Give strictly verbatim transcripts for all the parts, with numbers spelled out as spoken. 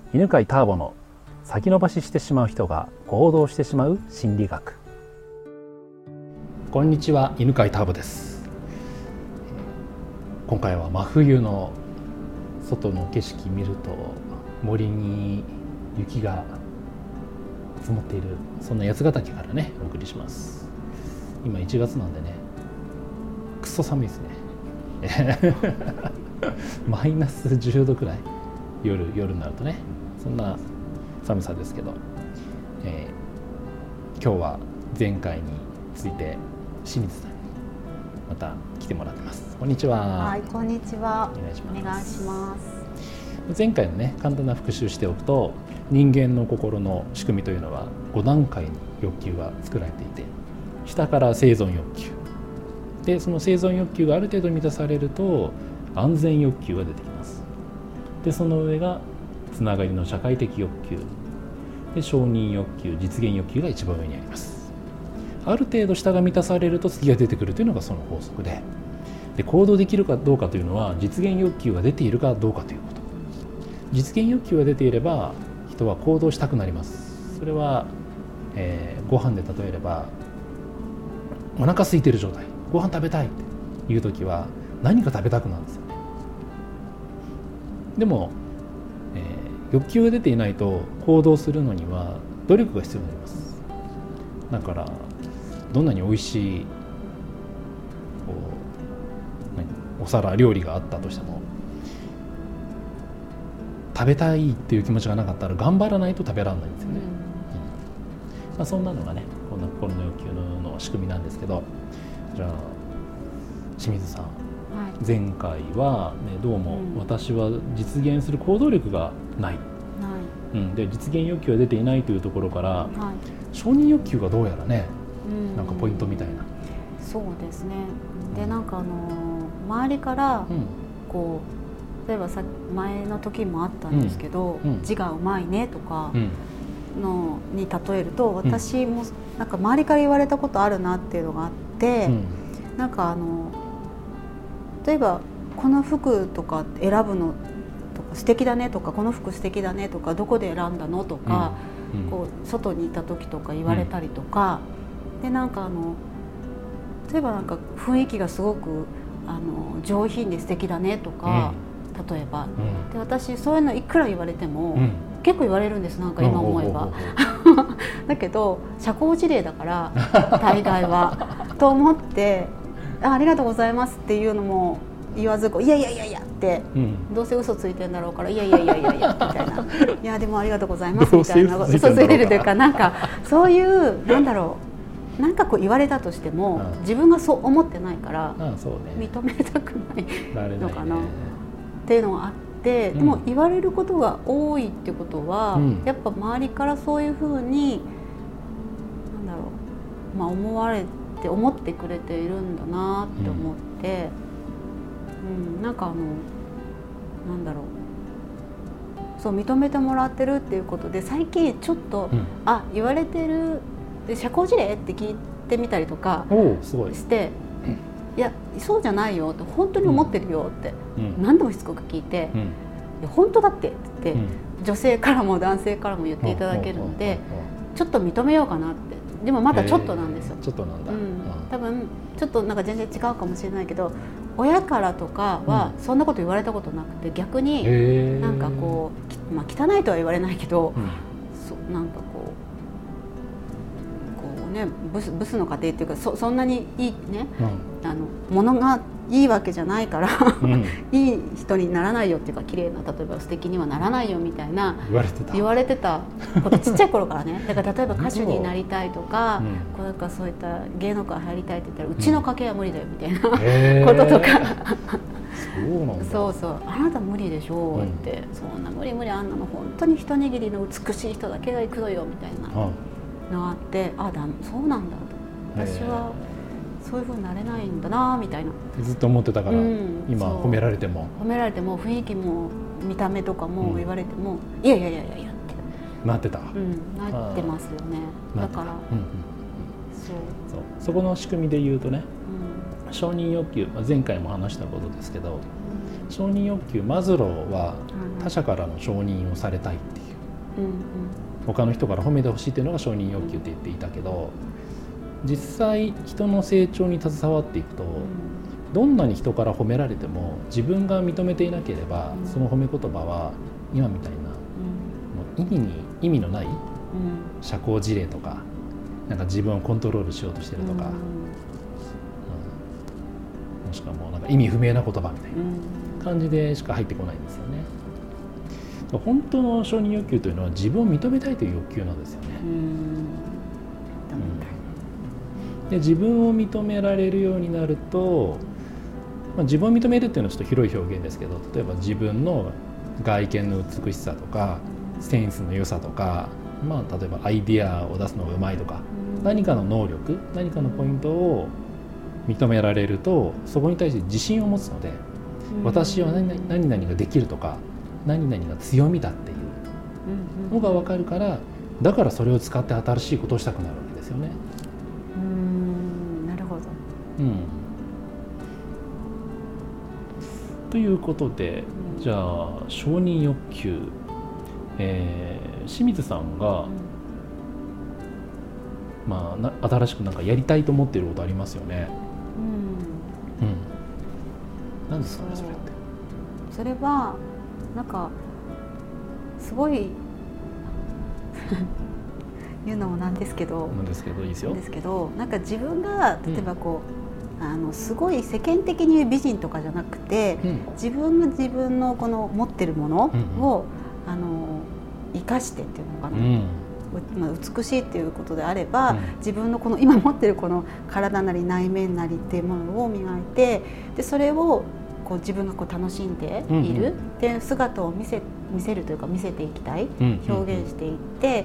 犬飼ターボの先延ばししてしまう人が行動してしまう心理学。こんにちは、犬飼ターボです。今回は真冬の外の景色見ると森に雪が積もっている、そんな八ヶ岳からねお送りします。今いちがつなんでね、くっそ寒いですねマイナスじゅうどくらい、夜夜になるとね、そんな寒さですけど、えー、今日は前回について清水さんにまた来てもらってます。こんにちは。 はい、こんにちは。 お願いします。 お願いします。 前回のね、簡単な復習しておくと、人間の心の仕組みというのはごだんかいに欲求が作られていて、下から生存欲求で、その生存欲求がある程度満たされると安全欲求が出てきます。でその上がつながりの社会的欲求で、承認欲求、実現欲求が一番上にあります。ある程度下が満たされると次が出てくるというのがその法則で、で行動できるかどうかというのは実現欲求が出ているかどうかということ。実現欲求が出ていれば人は行動したくなります。それは、えー、ご飯で例えれば、お腹空いている状態、ご飯食べたいっていう時は何か食べたくなるんですよね。でも、えー、欲求が出ていないと行動するのには努力が必要になります。だからどんなに美味しいこう何お皿料理があったとしても、食べたいっていう気持ちがなかったら頑張らないと食べられないんですよね。うんうんまあ、そんなのがね、こんな心の欲求の仕組みなんですけど、じゃあ清水さん、はい、前回は、ね、どうも私は実現する行動力がない、うん、で実現欲求が出ていないというところから、はい、承認欲求がどうやらね、うん、なんかポイントみたいな。 そうですね。でなんかあの周りから、うん、こう例えばさ前の時もあったんですけど、うん、字がうまいねとかのに例えると、私もなんか周りから言われたことあるなっていうのがあって、うん、なんかあの例えばこの服とか選ぶのとか素敵だねとか、この服素敵だねとか、どこで選んだのとか、うんうん、こう外にいた時とか言われたりとか、うん、でなんかあの例えばなんか雰囲気がすごくあの上品で素敵だねとか、うん、例えば、うん、で私そういうのいくら言われても、うん、結構言われるんです。なんか今思えばだけど社交辞令だから大概はと思ってあ, ありがとうございますっていうのも言わず、いやいやいやいやって、うん、どうせ嘘ついてんだろうから、いやいやいやいやいやみたいな、いやでもありがとうございますみたいな、嘘ついてるというか、なんかそういうなんだろう、なんかこう言われたとしても、うん、自分がそう思ってないから、うんそうね、認めたくないのかなっていうのがあって、でも言われることが多いってことは、うん、やっぱ周りからそういうふうになんだろう、まあ、思われて思ってくれているんだなって思って、うんうん、なんかあのなんだろう、そう認めてもらってるっていうことで、最近ちょっと、うん、あ言われてるで社交辞令って聞いてみたりとかして、うん、いやそうじゃないよって本当に思ってるよって、うん、何度もしつこく聞いて、うん、いや本当だってって、うん、女性からも男性からも言っていただけるので、ちょっと認めようかなって。でもまだちょっとなんですよ。 ちょっとなんだ、うん、 多分ちょっとなんか全然違うかもしれないけど、親からとかはそんなこと言われたことなくて、逆になんかこう、まあ、汚いとは言われないけど、うん、そなんかこうこうね、ブス、ブスの家庭っていうか、 そ, そんなにいいね、うん、あの物がいいわけじゃないから、うん、いい人にならないよっていうか、綺麗な、例えば素敵にはならないよみたいな言われてた言われてたことちっちゃい頃からね。だから例えば歌手になりたいとか、うん、こうなんかそういった芸能界入りたいって言ったら、うちの家系は無理だよみたいな、うん、こととかそうなんだ。 そうそう、あなた無理でしょうって、うん、そんな無理無理、あんなの本当に一握りの美しい人だけが行くのよみたいなのがあって、あだそうなんだと、私はそういう風になれないんだなみたいなずっと思ってたから、うん、今褒められても褒められても雰囲気も見た目とかも言われても、うん、いやいやいやいやってなってた、 うん、なってますよね。だから、うんうん、 そうそう、そこの仕組みで言うとね、うん、承認欲求、まあ、前回も話したことですけど、 承認欲求、マズローは他者からの承認をされたいっていう、うんうん、他の人から褒めてほしいというのが承認欲求って言っていたけど、実際人の成長に携わっていくと、どんなに人から褒められても自分が認めていなければ、その褒め言葉は今みたいな、もう意味に意味のない社交辞令とか、なんか自分をコントロールしようとしてるとか、うんうん、もしくはもうなんか意味不明な言葉みたいな感じでしか入ってこないんですよね。本当の承認欲求というのは自分を認めたいという欲求なんですよね。うん、うん、で自分を認められるようになると、まあ、自分を認めるっていうのはちょっと広い表現ですけど、例えば自分の外見の美しさとかセンスの良さとか、まあ、例えばアイディアを出すのがうまいとか、何かの能力、何かのポイントを認められると、そこに対して自信を持つので、私は何々、何々ができるとか何々が強みだっていうのが分かるから、だからそれを使って新しいことをしたくなるわけですよね。 うーん、なるほど、 うん、ということで、じゃあ承認欲求、えー、清水さんが、うん、まあ、な新しくなんかやりたいと思っていることありますよね。うん、うん、何ですかね、それって。 それはなんかすごい言うのもなんですけど、 なんですけどいいですよ。 ですけど、なんか自分が例えばこう、うん、あのすごい世間的に美人とかじゃなくて、うん、自分が自分のこの持ってるものを、うんうん、あの生かしてっていうのかな、うんまあ、美しいっていうことであれば、うん、自分のこの今持ってるこの体なり内面なりっていうものを磨いて、でそれをこう自分がこう楽しんでいるっていう姿を見せ、見せるというか見せていきたい、うん、表現していって、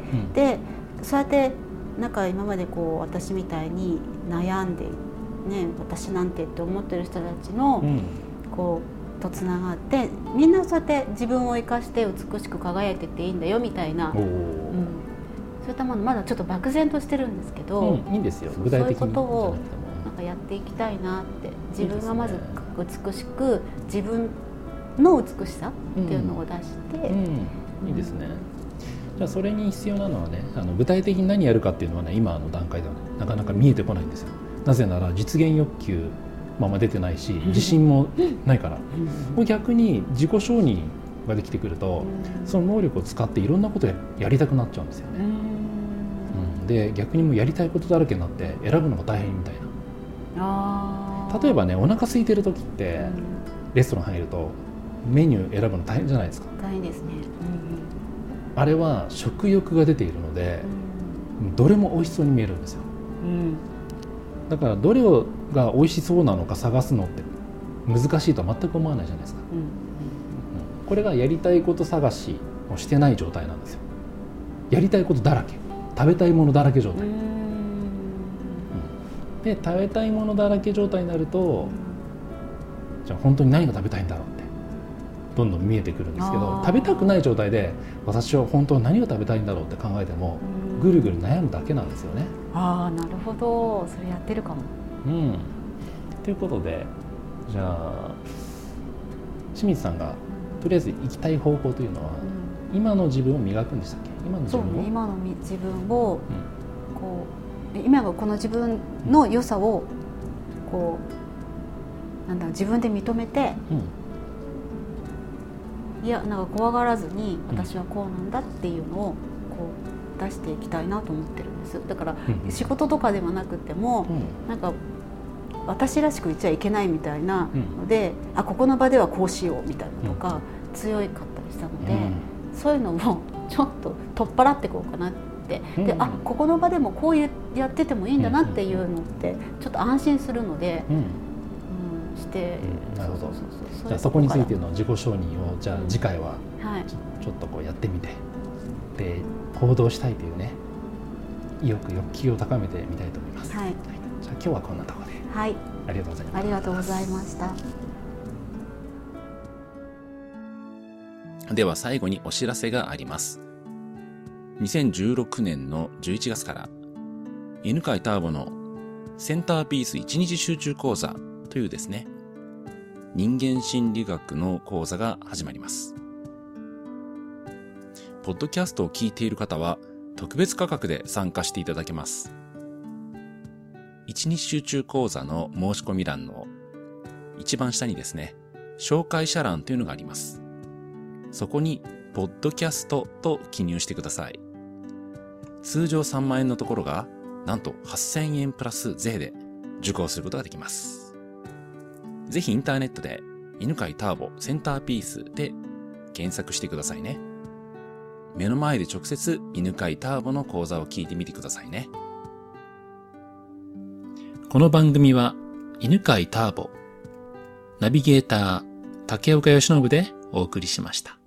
うん、でそうやってなんか今までこう私みたいに悩んで、ね、私なんてって思ってる人たちの、うん、こうとつながって、みんなそうやって自分を生かして美しく輝いてっていいんだよみたいな、うん、そういったものまだちょっと漠然としてるんですけど、 うん、いいんですよ、具体的にそういうことをなんかやっていきたいなって、自分がまず美しく自分の美しさっていうのを出して、うんうん、いいですね。じゃあそれに必要なのはね、あの具体的に何やるかっていうのはね、今の段階では、ね、なかなか見えてこないんですよ。なぜなら実現欲求まま出てないし、自信もないから、うん、逆に自己承認ができてくると、うん、その能力を使っていろんなことをやりたくなっちゃうんですよね。うん、で逆にもうやりたいことだらけになって選ぶのが大変みたいな。あ、例えばね、お腹空いてる時って、うん、レストラン入るとメニュー選ぶの大変じゃないですか。 大変ですね、 うん、あれは食欲が出ているので、うん、どれも美味しそうに見えるんですよ、うん、だからどれが美味しそうなのか探すのって難しいとは全く思わないじゃないですか、うんうん、これがやりたいこと探しをしてない状態なんですよ。やりたいことだらけ、食べたいものだらけ状態、うん、で食べたいものだらけ状態になると、じゃあ本当に何が食べたいんだろうってどんどん見えてくるんですけど、食べたくない状態で私は本当は何が食べたいんだろうって考えてもぐるぐる悩むだけなんですよね。 ああ、なるほど、それやってるかも。 うん。ということで、じゃあ清水さんがとりあえず行きたい方向というのは、うん、今の自分を磨くんでしたっけ？今の自分を、 そうね、今の自分を、うん、こう今のこの自分の良さをこうなんだ自分で認めて、うん、いやなんか怖がらずに私はこうなんだっていうのをこう出していきたいなと思ってるんです。だから、うん、仕事とかではなくても、うん、なんか私らしく言っちゃいけないみたいなので、うん、あここの場ではこうしようみたいなとか、うん、強いかったりしたので、うん、そういうのをちょっと取っ払っていこうかなって、うん、であここの場でもこうやっててもいいんだなっていうのってちょっと安心するので、うんうん、して、 うん、なるほど。じゃあそこについての自己承認をじゃあ次回はち ょ,、ちょっとこうやってみて、で行動したいというね意欲欲求を高めてみたいと思います。はい、じゃあ今日はこんなところで。 はい、 ありがとうございます。 ありがとうございました。 では最後にお知らせがあります。にせんじゅうろくねんのじゅういちがつから犬飼ターボのセンターピースいちにち集中講座というですね、 人間心理学の講座が始まります。ポッドキャストを聞いている方は特別価格で参加していただけます。一日集中講座の申し込み欄の一番下にですね、紹介者欄というのがあります。そこにポッドキャストと記入してください。通常さんまんえんのところがなんとはっせんえんプラス税で受講することができます。ぜひインターネットで犬飼ターボセンターピースで検索してくださいね。目の前で直接犬飼ターボの講座を聞いてみてくださいね。この番組は犬飼ターボ、ナビゲーター竹岡由伸でお送りしました。